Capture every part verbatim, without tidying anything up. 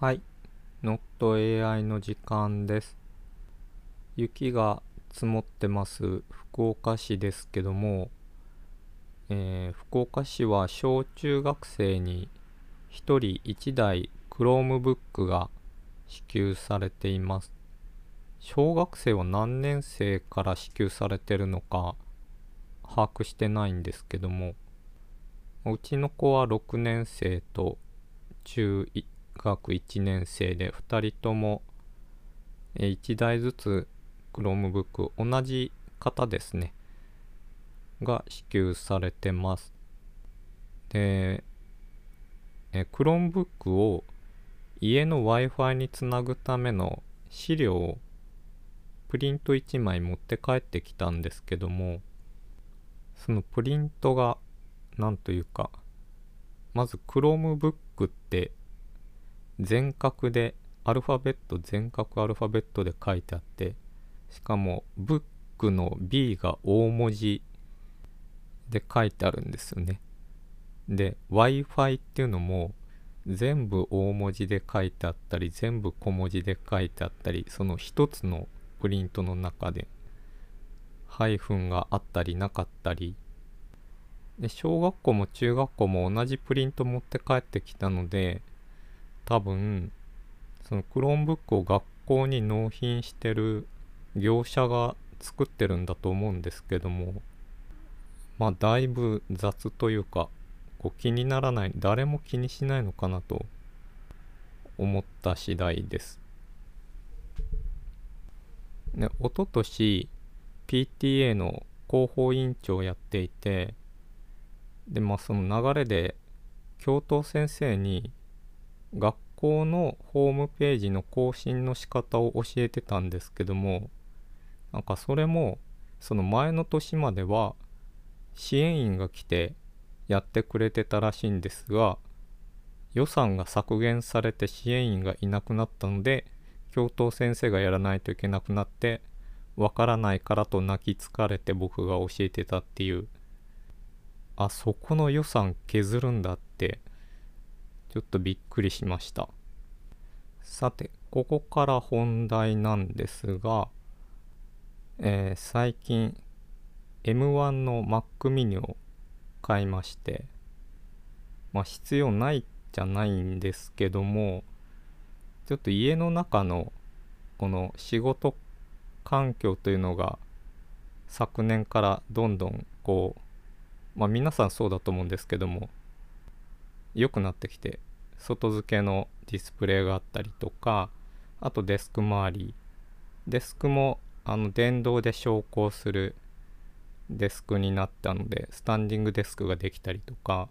はい、ノット エーアイ の時間です。雪が積もってます福岡市ですけども、えー福岡市は小中学生にひとりいちだい Chromebook が支給されています。小学生は何年生から支給されてるのか把握してないんですけども、うちの子はろくねん生と中学いちねん生でふたりともいちだいずつ Chromebook 同じ方ですねが支給されてます。で、え Chromebook を家の Wi-Fi につなぐための資料をプリントいちまい持って帰ってきたんですけども、そのプリントがなんというか、まず Chromebook って全角でアルファベット全角アルファベットで書いてあって、しかも Book の B が大文字で書いてあるんですよね。で Wi-Fi っていうのも全部大文字で書いてあったり全部小文字で書いてあったり、その一つのプリントの中でハイフンがあったりなかったりで、小学校も中学校も同じプリント持って帰ってきたので、多分その Chromebook を学校に納品してる業者が作ってるんだと思うんですけども、まあだいぶ雑というか、こう気にならない、誰も気にしないのかなと思った次第です。で、おととし ピーティーエー の広報委員長をやっていて、でまあその流れで教頭先生に学校のホームページの更新の仕方を教えてたんですけども、なんかそれもその前の年までは支援員が来てやってくれてたらしいんですが、予算が削減されて支援員がいなくなったので教頭先生がやらないといけなくなって、わからないからと泣き疲れて僕が教えてたっていう、あ、そこの予算削るんだってちょっとびっくりしました。さて、ここから本題なんですが、えー最近 エムワン の Mac mini を買いまして、まあ必要ないじゃないんですけども、ちょっと家の中のこの仕事環境というのが昨年からどんどんこう、まあ皆さんそうだと思うんですけども、良くなってきて、外付けのディスプレイがあったりとか、あとデスク周り、デスクもあの電動で昇降するデスクになったので、スタンディングデスクができたりとか、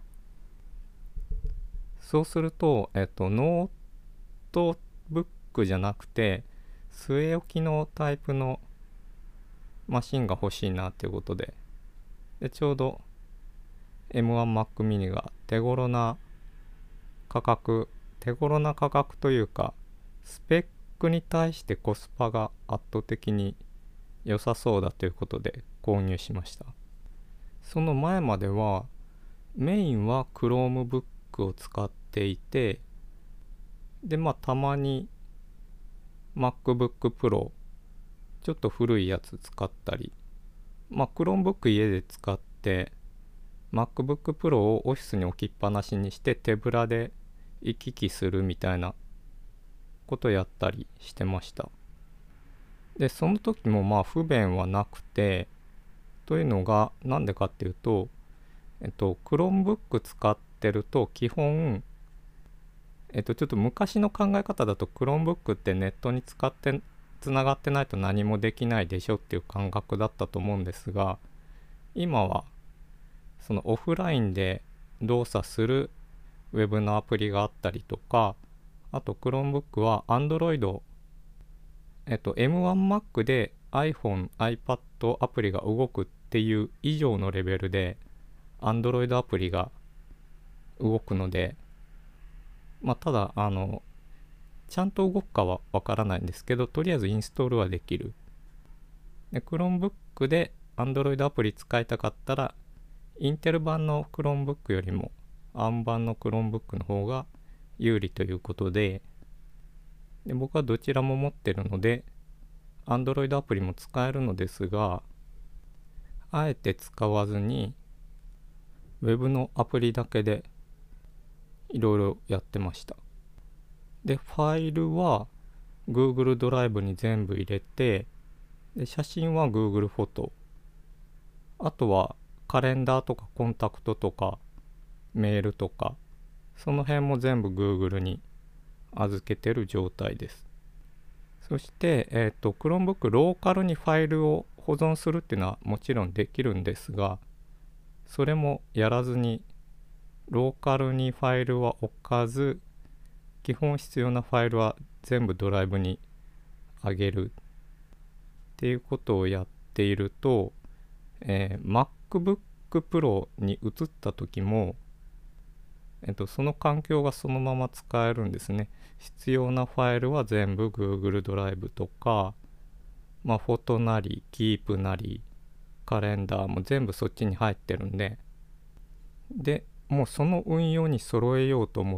そうすると、えっと、ノートブックじゃなくて、据え置きのタイプのマシンが欲しいなっていうことで、でちょうど エムワン Mac mini が手頃な価格、手頃な価格というか、スペックに対してコスパが圧倒的に良さそうだということで購入しました。その前まではメインは Chromebook を使っていて、でまあたまに MacBook Pro ちょっと古いやつ使ったり、まあ Chromebook 家で使って MacBook Pro をオフィスに置きっぱなしにして手ぶらで行き来するみたいなことやったりしてました。でその時もまあ不便はなくて、というのがなんでかっていうと、えっと Chromebook 使ってると基本、えっとちょっと昔の考え方だと Chromebook ってネットに使ってつながってないと何もできないでしょっていう感覚だったと思うんですが、今はそのオフラインで動作するウェブのアプリがあったりとか、あと Chromebook は Android、えっと エムワン Mac で iPhone、iPad アプリが動くっていう以上のレベルで Android アプリが動くので、まあただあのちゃんと動くかはわからないんですけど、とりあえずインストールはできる。で Chromebook で Android アプリ使いたかったら、インテル版の Chromebook よりも アーム 版の Chromebook の方が有利ということで、 で、僕はどちらも持ってるので Android アプリも使えるのですが、あえて使わずに Web のアプリだけでいろいろやってました。で、ファイルは Google ドライブに全部入れて、で、写真は Google フォト、あとはカレンダーとかコンタクトとかメールとか、その辺も全部 Google に預けてる状態です。そして、えっと、Chromebook ローカルにファイルを保存するっていうのはもちろんできるんですが、それもやらずに、ローカルにファイルは置かず、基本必要なファイルは全部ドライブに上げるっていうことをやっていると、えー、MacBook Pro に移った時も、えっと、その環境がそのまま使えるんですね。必要なファイルは全部 Google ドライブとか、まあ、フォトなり、Keep なり、カレンダーも全部そっちに入ってるんで、で、もうその運用に揃えようと思って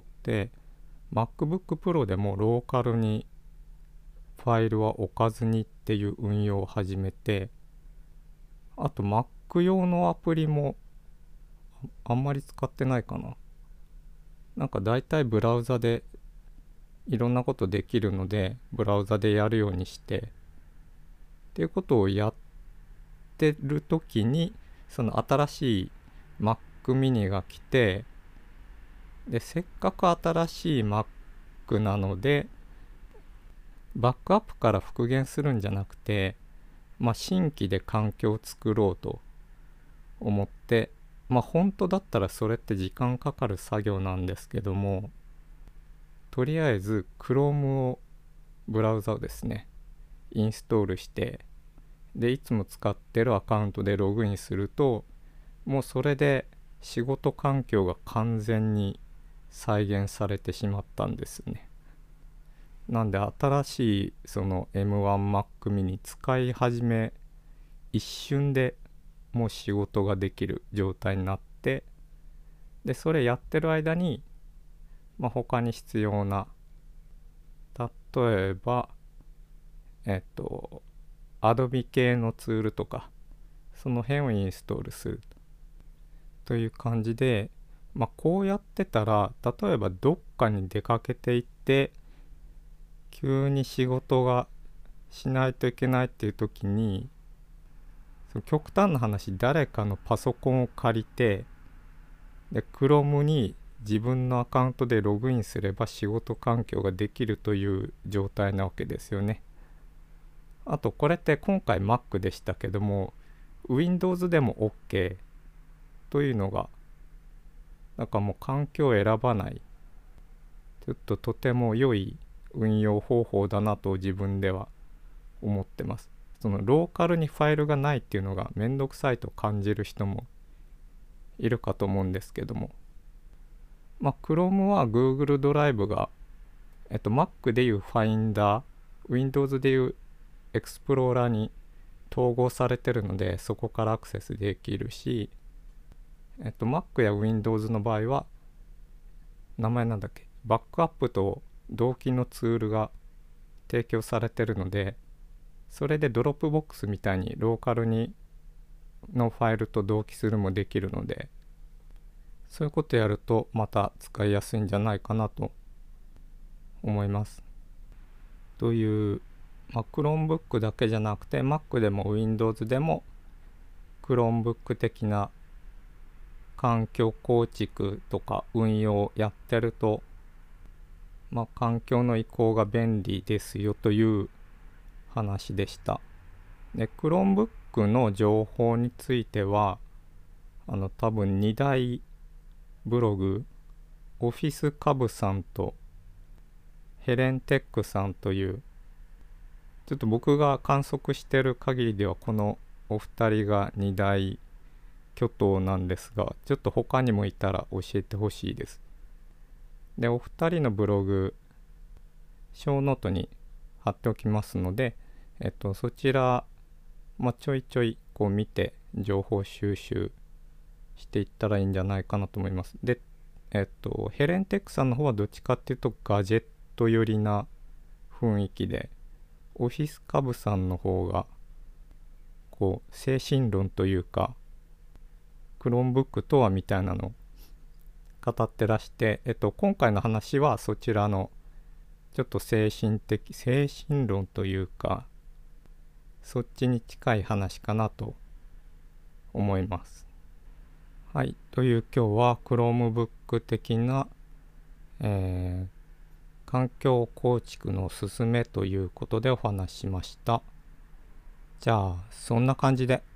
、MacBook Pro でもローカルにファイルは置かずにっていう運用を始めて、あと Mac 用のアプリもあんまり使ってないかな。なんかだいたいブラウザでいろんなことできるので、ブラウザでやるようにしてっていうことをやってる時に、その新しい Mac mini が来て、でせっかく新しい Mac なのでバックアップから復元するんじゃなくて、まあ、新規で環境を作ろうと思って、まあ本当だったらそれって時間かかる作業なんですけども、とりあえず Chrome をブラウザをですねインストールして、でいつも使ってるアカウントでログインすると、もうそれで仕事環境が完全に再現されてしまったんですね。なんで新しいその エムワン Mac mini 使い始め一瞬でもう仕事ができる状態になって、でそれやってる間に、まあ、他に必要な、例えばえっと Adobe 系のツールとかその辺をインストールするという感じで、まあ、こうやってたら、例えばどっかに出かけていって急に仕事がしないといけないっていう時に、その極端な話、誰かのパソコンを借りて、で Chrome に自分のアカウントでログインすれば仕事環境ができるという状態なわけですよね。あとこれって今回 Mac でしたけども Windows でも OK というのが、なんかもう環境を選ばない、ちょっととても良い運用方法だなと自分では思ってます。そのローカルにファイルがないっていうのがめんどくさいと感じる人もいるかと思うんですけども、まあ Chrome は Google ドライブが、えっと Mac でいう Finder、Windows でいう Explorer に統合されてるので、そこからアクセスできるし、えっと Mac や Windows の場合は名前なんだっけ、バックアップと同期のツールが提供されてるので、それでドロップボックスみたいにローカルにのファイルと同期するもできるので、そういうことやるとまた使いやすいんじゃないかなと思います。という、まあ、Chromebook だけじゃなくて Mac でも Windows でも Chromebook 的な環境構築とか運用をやってると、まあ、環境の移行が便利ですよという話でした。で、Chromebook の情報については、あの多分に大ブログ、オフィスカブさんとヘレンテックさんという、ちょっと僕が観測してる限りではこのお二人がに大巨頭なんですが、ちょっと他にもいたら教えてほしいです。で、お二人のブログ、ショーノートに貼っておきますので、えっと、そちら、まあ、ちょいちょいこう見て情報収集していったらいいんじゃないかなと思います。で、えっと、ヘレンテックさんの方はどっちかっていうとガジェット寄りな雰囲気で、オフィスカブさんの方がこう精神論というか、クロームブックとはみたいなのを語ってらして、えっと今回の話はそちらのちょっと精神的精神論というか、そっちに近い話かなと思います。はい、という今日は Chromebook 的な、えー、環境構築のすすめということでお話ししました。じゃあそんな感じで。